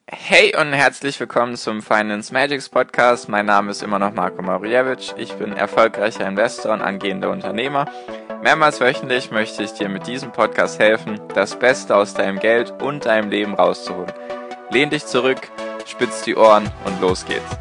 Hey und herzlich willkommen zum Finance Magics Podcast. Mein Name ist immer noch Marko Marijevic. Ich bin erfolgreicher Investor und angehender Unternehmer. Mehrmals wöchentlich möchte ich dir mit diesem Podcast helfen, das Beste aus deinem Geld und deinem Leben rauszuholen. Lehn dich zurück, spitz die Ohren und los geht's.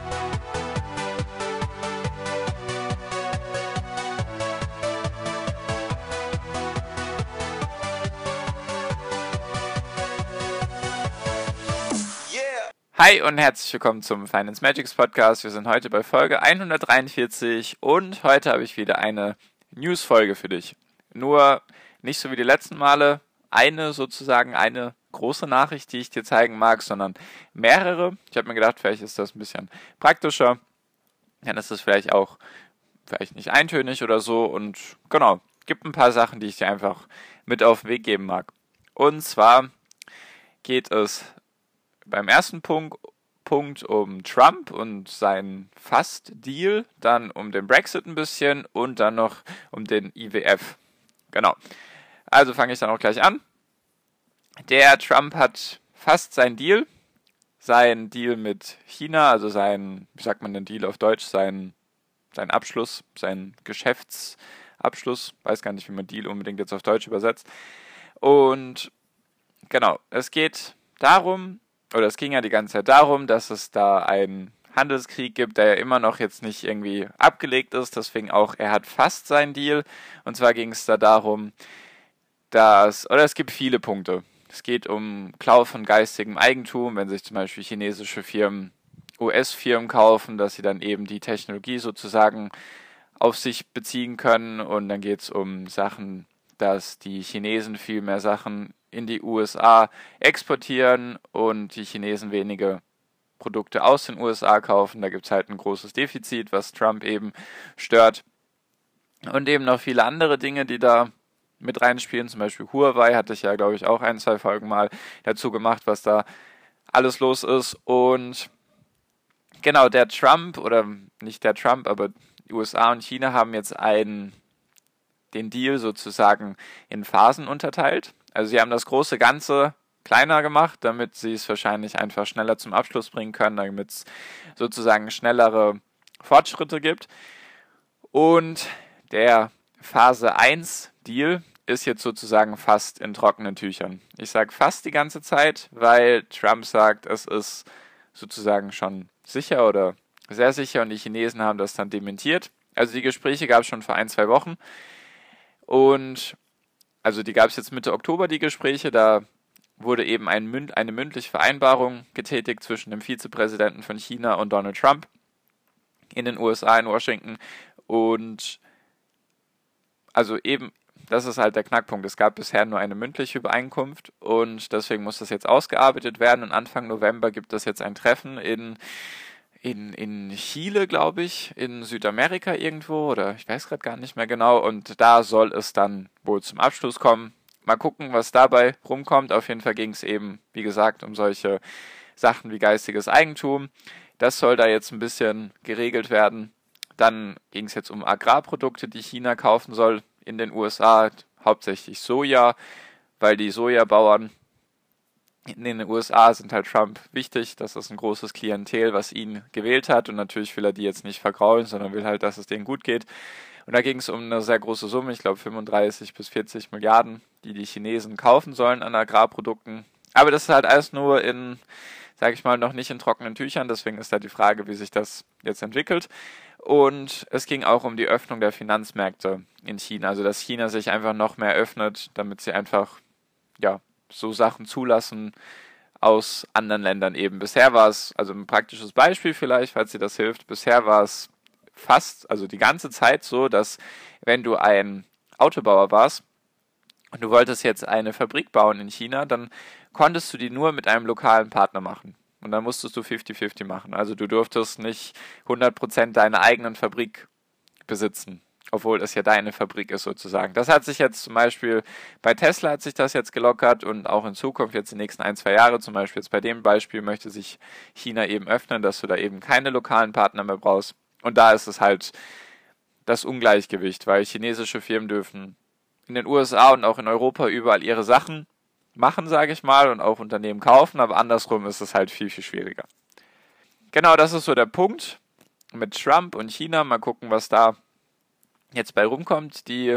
Hi und herzlich willkommen zum Finance Magics Podcast. Wir sind heute bei Folge 143 und heute habe ich wieder eine News-Folge für dich. Nur nicht so wie die letzten Male eine große Nachricht, die ich dir zeigen mag, sondern mehrere. Ich habe mir gedacht, vielleicht ist das ein bisschen praktischer. Dann ist es vielleicht nicht eintönig oder so. Und genau, gibt ein paar Sachen, die ich dir einfach mit auf den Weg geben mag. Und zwar geht es beim ersten Punkt um Trump und seinen Fast-Deal, dann um den Brexit ein bisschen und dann noch um den IWF. Genau. Also fange ich dann auch gleich an. Der Trump hat fast seinen Deal mit China, also wie sagt man den Deal auf Deutsch, sein Abschluss, sein Geschäftsabschluss, weiß gar nicht, wie man Deal unbedingt jetzt auf Deutsch übersetzt. Und genau, es ging ja die ganze Zeit darum, dass es da einen Handelskrieg gibt, der ja immer noch jetzt nicht irgendwie abgelegt ist, deswegen auch, er hat fast seinen Deal. Und zwar ging es da darum, es gibt viele Punkte. Es geht um Klau von geistigem Eigentum, wenn sich zum Beispiel chinesische Firmen US-Firmen kaufen, dass sie dann eben die Technologie sozusagen auf sich beziehen können. Und dann geht es um Sachen, dass die Chinesen viel mehr Sachen in die USA exportieren und die Chinesen wenige Produkte aus den USA kaufen. Da gibt es halt ein großes Defizit, was Trump eben stört. Und eben noch viele andere Dinge, die da mit reinspielen. Zum Beispiel Huawei hatte ich ja, glaube ich, auch 1-2 Folgen mal dazu gemacht, was da alles los ist. Und genau, der Trump, oder nicht der Trump, aber die USA und China haben jetzt den Deal sozusagen in Phasen unterteilt. Also sie haben das große Ganze kleiner gemacht, damit sie es wahrscheinlich einfach schneller zum Abschluss bringen können, damit es sozusagen schnellere Fortschritte gibt. Und der Phase 1 Deal ist jetzt sozusagen fast in trockenen Tüchern. Ich sage fast die ganze Zeit, weil Trump sagt, es ist sozusagen schon sicher oder sehr sicher und die Chinesen haben das dann dementiert. Also die Gespräche gab es schon vor 1-2 Wochen. Und also die gab es jetzt Mitte Oktober, die Gespräche, da wurde eben eine mündliche Vereinbarung getätigt zwischen dem Vizepräsidenten von China und Donald Trump in den USA, in Washington. Und also eben, das ist halt der Knackpunkt. Es gab bisher nur eine mündliche Übereinkunft und deswegen muss das jetzt ausgearbeitet werden. Und Anfang November gibt es jetzt ein Treffen in Chile, glaube ich, in Südamerika irgendwo, oder ich weiß gerade gar nicht mehr genau, und da soll es dann wohl zum Abschluss kommen. Mal gucken, was dabei rumkommt. Auf jeden Fall ging es eben, wie gesagt, um solche Sachen wie geistiges Eigentum. Das soll da jetzt ein bisschen geregelt werden. Dann ging es jetzt um Agrarprodukte, die China kaufen soll in den USA, hauptsächlich Soja, weil die Sojabauern in den USA sind halt Trump wichtig. Das ist ein großes Klientel, was ihn gewählt hat. Und natürlich will er die jetzt nicht vergraulen, sondern will halt, dass es denen gut geht. Und da ging es um eine sehr große Summe, ich glaube 35 bis 40 Milliarden, die Chinesen kaufen sollen an Agrarprodukten. Aber das ist halt alles nur sage ich mal, noch nicht in trockenen Tüchern. Deswegen ist da die Frage, wie sich das jetzt entwickelt. Und es ging auch um die Öffnung der Finanzmärkte in China. Also dass China sich einfach noch mehr öffnet, damit sie einfach, ja, so Sachen zulassen aus anderen Ländern eben. Bisher war es, also ein praktisches Beispiel vielleicht, falls dir das hilft, bisher war es fast, also die ganze Zeit so, dass wenn du ein Autobauer warst und du wolltest jetzt eine Fabrik bauen in China, dann konntest du die nur mit einem lokalen Partner machen. Und dann musstest du 50-50 machen. Also du durftest nicht 100% deiner eigenen Fabrik besitzen, obwohl es ja deine Fabrik ist sozusagen. Das hat sich jetzt zum Beispiel, bei Tesla hat sich das jetzt gelockert und auch in Zukunft jetzt die nächsten 1-2 Jahre, zum Beispiel jetzt bei dem Beispiel möchte sich China eben öffnen, dass du da eben keine lokalen Partner mehr brauchst. Und da ist es halt das Ungleichgewicht, weil chinesische Firmen dürfen in den USA und auch in Europa überall ihre Sachen machen, sage ich mal, und auch Unternehmen kaufen, aber andersrum ist es halt viel, viel schwieriger. Genau, das ist so der Punkt mit Trump und China. Mal gucken, was da jetzt bei rumkommt, die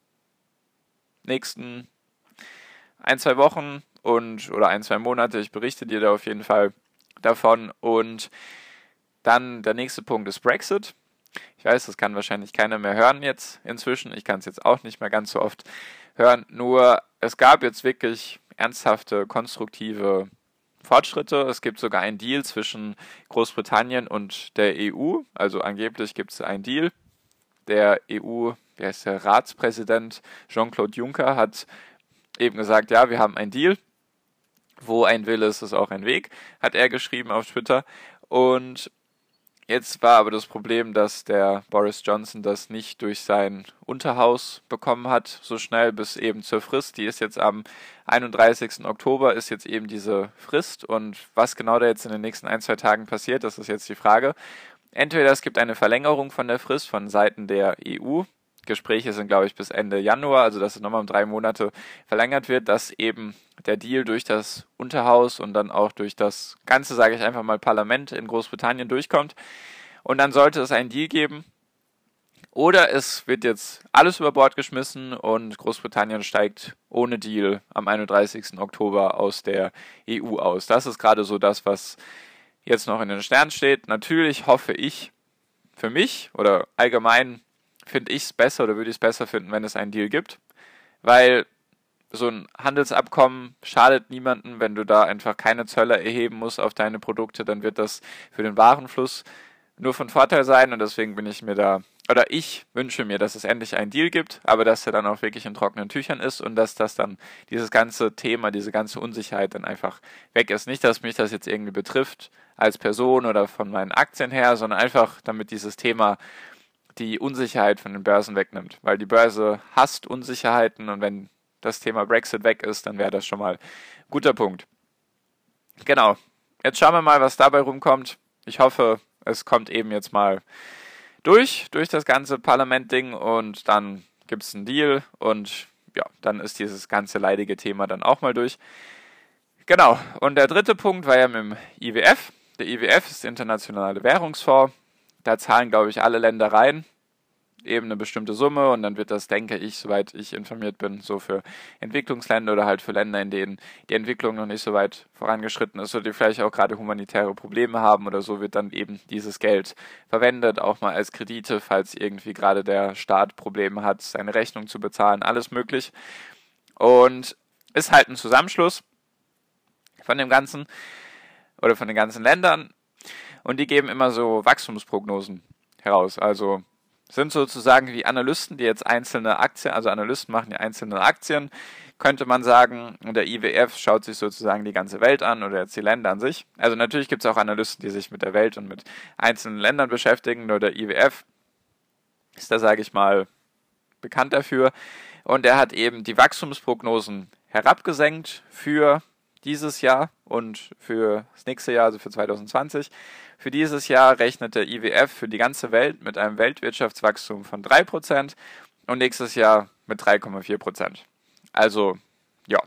nächsten 1, 2 Wochen oder 1, 2 Monate. Ich berichte dir da auf jeden Fall davon. Und dann der nächste Punkt ist Brexit. Ich weiß, das kann wahrscheinlich keiner mehr hören jetzt inzwischen. Ich kann es jetzt auch nicht mehr ganz so oft hören. Nur es gab jetzt wirklich ernsthafte, konstruktive Fortschritte. Es gibt sogar einen Deal zwischen Großbritannien und der EU. Also angeblich gibt es einen Deal. Der EU, der ist der Ratspräsident Jean-Claude Juncker, hat eben gesagt, ja, wir haben einen Deal. Wo ein Wille ist, ist auch ein Weg, hat er geschrieben auf Twitter. Und jetzt war aber das Problem, dass der Boris Johnson das nicht durch sein Unterhaus bekommen hat, so schnell bis eben zur Frist. Die ist jetzt am 31. Oktober, ist jetzt eben diese Frist. Und was genau da jetzt in den nächsten 1, 2 Tagen passiert, das ist jetzt die Frage. Entweder es gibt eine Verlängerung von der Frist von Seiten der EU. Gespräche sind, glaube ich, bis Ende Januar, also dass es nochmal um 3 Monate verlängert wird, dass eben der Deal durch das Unterhaus und dann auch durch das ganze, sage ich einfach mal, Parlament in Großbritannien durchkommt. Und dann sollte es einen Deal geben. Oder es wird jetzt alles über Bord geschmissen und Großbritannien steigt ohne Deal am 31. Oktober aus der EU aus. Das ist gerade so das, was jetzt noch in den Sternen steht. Natürlich hoffe ich für mich oder allgemein finde ich es besser oder würde ich es besser finden, wenn es einen Deal gibt, weil so ein Handelsabkommen schadet niemandem, wenn du da einfach keine Zölle erheben musst auf deine Produkte, dann wird das für den Warenfluss nur von Vorteil sein und deswegen ich wünsche mir, dass es endlich einen Deal gibt, aber dass er dann auch wirklich in trockenen Tüchern ist und dass das dann dieses ganze Thema, diese ganze Unsicherheit dann einfach weg ist. Nicht, dass mich das jetzt irgendwie betrifft als Person oder von meinen Aktien her, sondern einfach, damit dieses Thema die Unsicherheit von den Börsen wegnimmt, weil die Börse hasst Unsicherheiten und wenn das Thema Brexit weg ist, dann wäre das schon mal ein guter Punkt. Genau, jetzt schauen wir mal, was dabei rumkommt. Ich hoffe, es kommt eben jetzt mal durch das ganze Parlament-Ding und dann gibt es einen Deal und ja, dann ist dieses ganze leidige Thema dann auch mal durch. Genau, und der dritte Punkt war ja mit dem IWF. Der IWF ist der Internationale Währungsfonds. Da zahlen, glaube ich, alle Länder rein, eben eine bestimmte Summe und dann wird das, denke ich, soweit ich informiert bin, so für Entwicklungsländer oder halt für Länder, in denen die Entwicklung noch nicht so weit vorangeschritten ist oder die vielleicht auch gerade humanitäre Probleme haben oder so, wird dann eben dieses Geld verwendet, auch mal als Kredite, falls irgendwie gerade der Staat Probleme hat, seine Rechnung zu bezahlen, alles möglich. Und ist halt ein Zusammenschluss von dem Ganzen oder von den ganzen Ländern. Und die geben immer so Wachstumsprognosen heraus. Also sind sozusagen wie Analysten, die jetzt einzelne Aktien, also Analysten machen die einzelnen Aktien, könnte man sagen, und der IWF schaut sich sozusagen die ganze Welt an oder jetzt die Länder an sich. Also natürlich gibt es auch Analysten, die sich mit der Welt und mit einzelnen Ländern beschäftigen, nur der IWF ist da, sage ich mal, bekannt dafür. Und er hat eben die Wachstumsprognosen herabgesenkt für dieses Jahr und für das nächste Jahr, also für 2020. Für dieses Jahr rechnet der IWF für die ganze Welt mit einem Weltwirtschaftswachstum von 3% und nächstes Jahr mit 3,4%. Also, ja.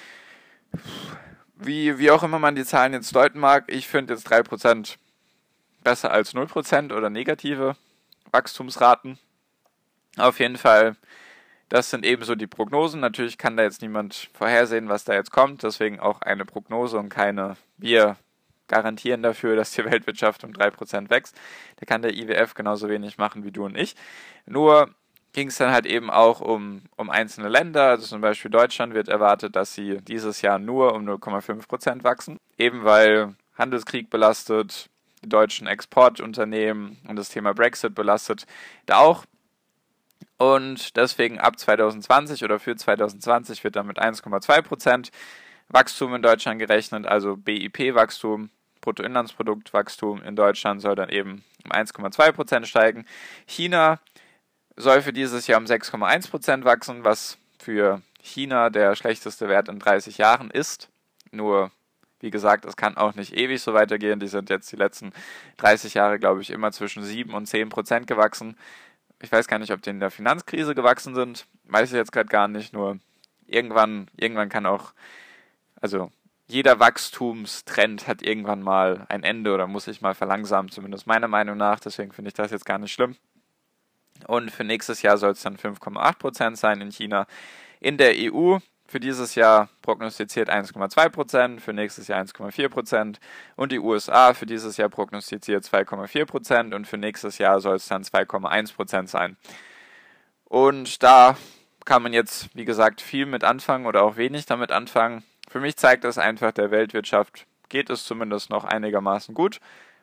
Wie auch immer man die Zahlen jetzt deuten mag, ich finde jetzt 3% besser als 0% oder negative Wachstumsraten. Auf jeden Fall, das sind ebenso die Prognosen. Natürlich kann da jetzt niemand vorhersehen, was da jetzt kommt. Deswegen auch eine Prognose und keine wir garantieren dafür, dass die Weltwirtschaft um 3% wächst. Da kann der IWF genauso wenig machen wie du und ich. Nur ging es dann halt eben auch um einzelne Länder. Also zum Beispiel Deutschland wird erwartet, dass sie dieses Jahr nur um 0,5% wachsen. Eben weil Handelskrieg belastet, die deutschen Exportunternehmen und das Thema Brexit belastet da auch. Und deswegen ab 2020 oder für 2020 wird dann mit 1,2% Wachstum in Deutschland gerechnet, also BIP-Wachstum, Bruttoinlandsproduktwachstum in Deutschland soll dann eben um 1,2% steigen. China soll für dieses Jahr um 6,1% wachsen, was für China der schlechteste Wert in 30 Jahren ist. Nur, wie gesagt, es kann auch nicht ewig so weitergehen. Die sind jetzt die letzten 30 Jahre, glaube ich, immer zwischen 7 und 10% gewachsen. Ich weiß gar nicht, ob die in der Finanzkrise gewachsen sind. Weiß ich jetzt gerade gar nicht. Nur irgendwann kann auch also jeder Wachstumstrend hat irgendwann mal ein Ende oder muss sich mal verlangsamen, zumindest meiner Meinung nach. Deswegen finde ich das jetzt gar nicht schlimm. Und für nächstes Jahr soll es dann 5,8% sein in China. In der EU für dieses Jahr prognostiziert 1,2%, für nächstes Jahr 1,4% und die USA für dieses Jahr prognostiziert 2,4% und für nächstes Jahr soll es dann 2,1% sein. Und da kann man jetzt, wie gesagt, viel mit anfangen oder auch wenig damit anfangen. Für mich zeigt das einfach, der Weltwirtschaft geht es zumindest noch einigermaßen gut.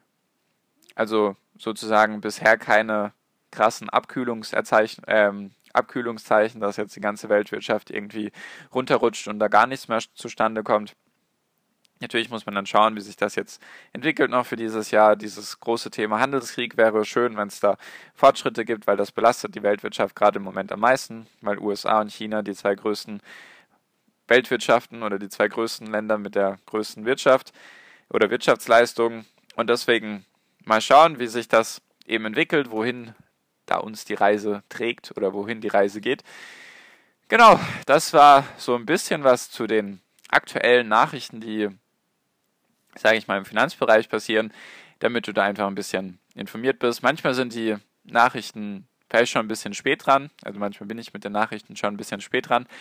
Also sozusagen bisher keine krassen Abkühlungszeichen, dass jetzt die ganze Weltwirtschaft irgendwie runterrutscht und da gar nichts mehr zustande kommt. Natürlich muss man dann schauen, wie sich das jetzt entwickelt noch für dieses Jahr. Dieses große Thema Handelskrieg wäre schön, wenn es da Fortschritte gibt, weil das belastet die Weltwirtschaft gerade im Moment am meisten, weil USA und China die zwei größten Weltwirtschaften oder die zwei größten Länder mit der größten Wirtschaft oder Wirtschaftsleistung. Und deswegen mal schauen, wie sich das eben entwickelt, wohin da uns die Reise trägt oder wohin die Reise geht. Genau, das war so ein bisschen was zu den aktuellen Nachrichten, die, sage ich mal, im Finanzbereich passieren, damit du da einfach ein bisschen informiert bist. Manchmal sind die Nachrichten vielleicht schon ein bisschen spät dran, also manchmal bin ich mit den Nachrichten schon ein bisschen spät dran,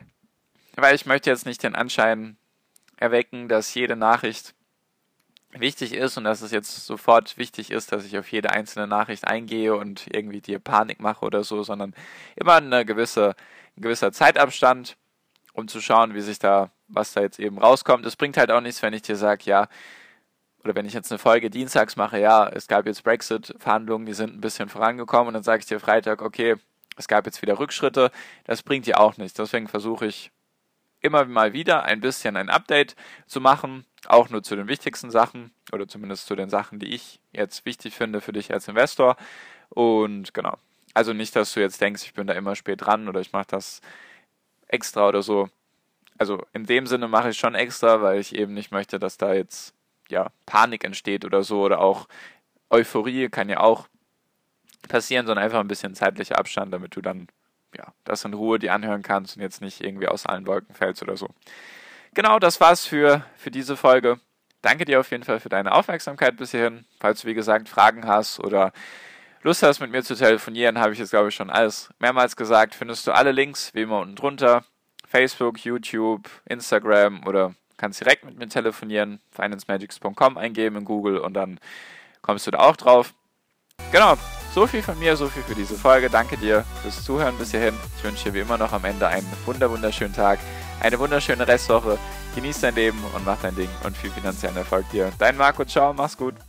weil ich möchte jetzt nicht den Anschein erwecken, dass jede Nachricht wichtig ist und dass es jetzt sofort wichtig ist, dass ich auf jede einzelne Nachricht eingehe und irgendwie dir Panik mache oder so, sondern immer ein gewisser Zeitabstand, um zu schauen, was da jetzt eben rauskommt. Es bringt halt auch nichts, wenn ich dir sage, ja, oder wenn ich jetzt eine Folge dienstags mache, ja, es gab jetzt Brexit-Verhandlungen, die sind ein bisschen vorangekommen und dann sage ich dir Freitag, okay, es gab jetzt wieder Rückschritte, das bringt dir auch nichts. Deswegen versuche ich immer mal wieder ein bisschen ein Update zu machen, auch nur zu den wichtigsten Sachen oder zumindest zu den Sachen, die ich jetzt wichtig finde für dich als Investor. Und genau, also nicht, dass du jetzt denkst, ich bin da immer spät dran oder ich mache das extra oder so. Also in dem Sinne mache ich schon extra, weil ich eben nicht möchte, dass da jetzt Panik entsteht oder so oder auch Euphorie kann ja auch passieren, sondern einfach ein bisschen zeitlicher Abstand, damit du dann das in Ruhe dir anhören kannst und jetzt nicht irgendwie aus allen Wolken fällst oder so. Genau, das war's für diese Folge. Danke dir auf jeden Fall für deine Aufmerksamkeit bis hierhin. Falls du, wie gesagt, Fragen hast oder Lust hast, mit mir zu telefonieren, habe ich jetzt, glaube ich, schon alles mehrmals gesagt, findest du alle Links, wie immer unten drunter. Facebook, YouTube, Instagram oder kannst direkt mit mir telefonieren. financemagics.com eingeben in Google und dann kommst du da auch drauf. Genau, so viel von mir, so viel für diese Folge. Danke dir fürs Zuhören bis hierhin. Ich wünsche dir wie immer noch am Ende einen wunderschönen Tag, eine wunderschöne Restwoche. Genieß dein Leben und mach dein Ding und viel finanziellen Erfolg dir. Dein Marco, ciao, mach's gut.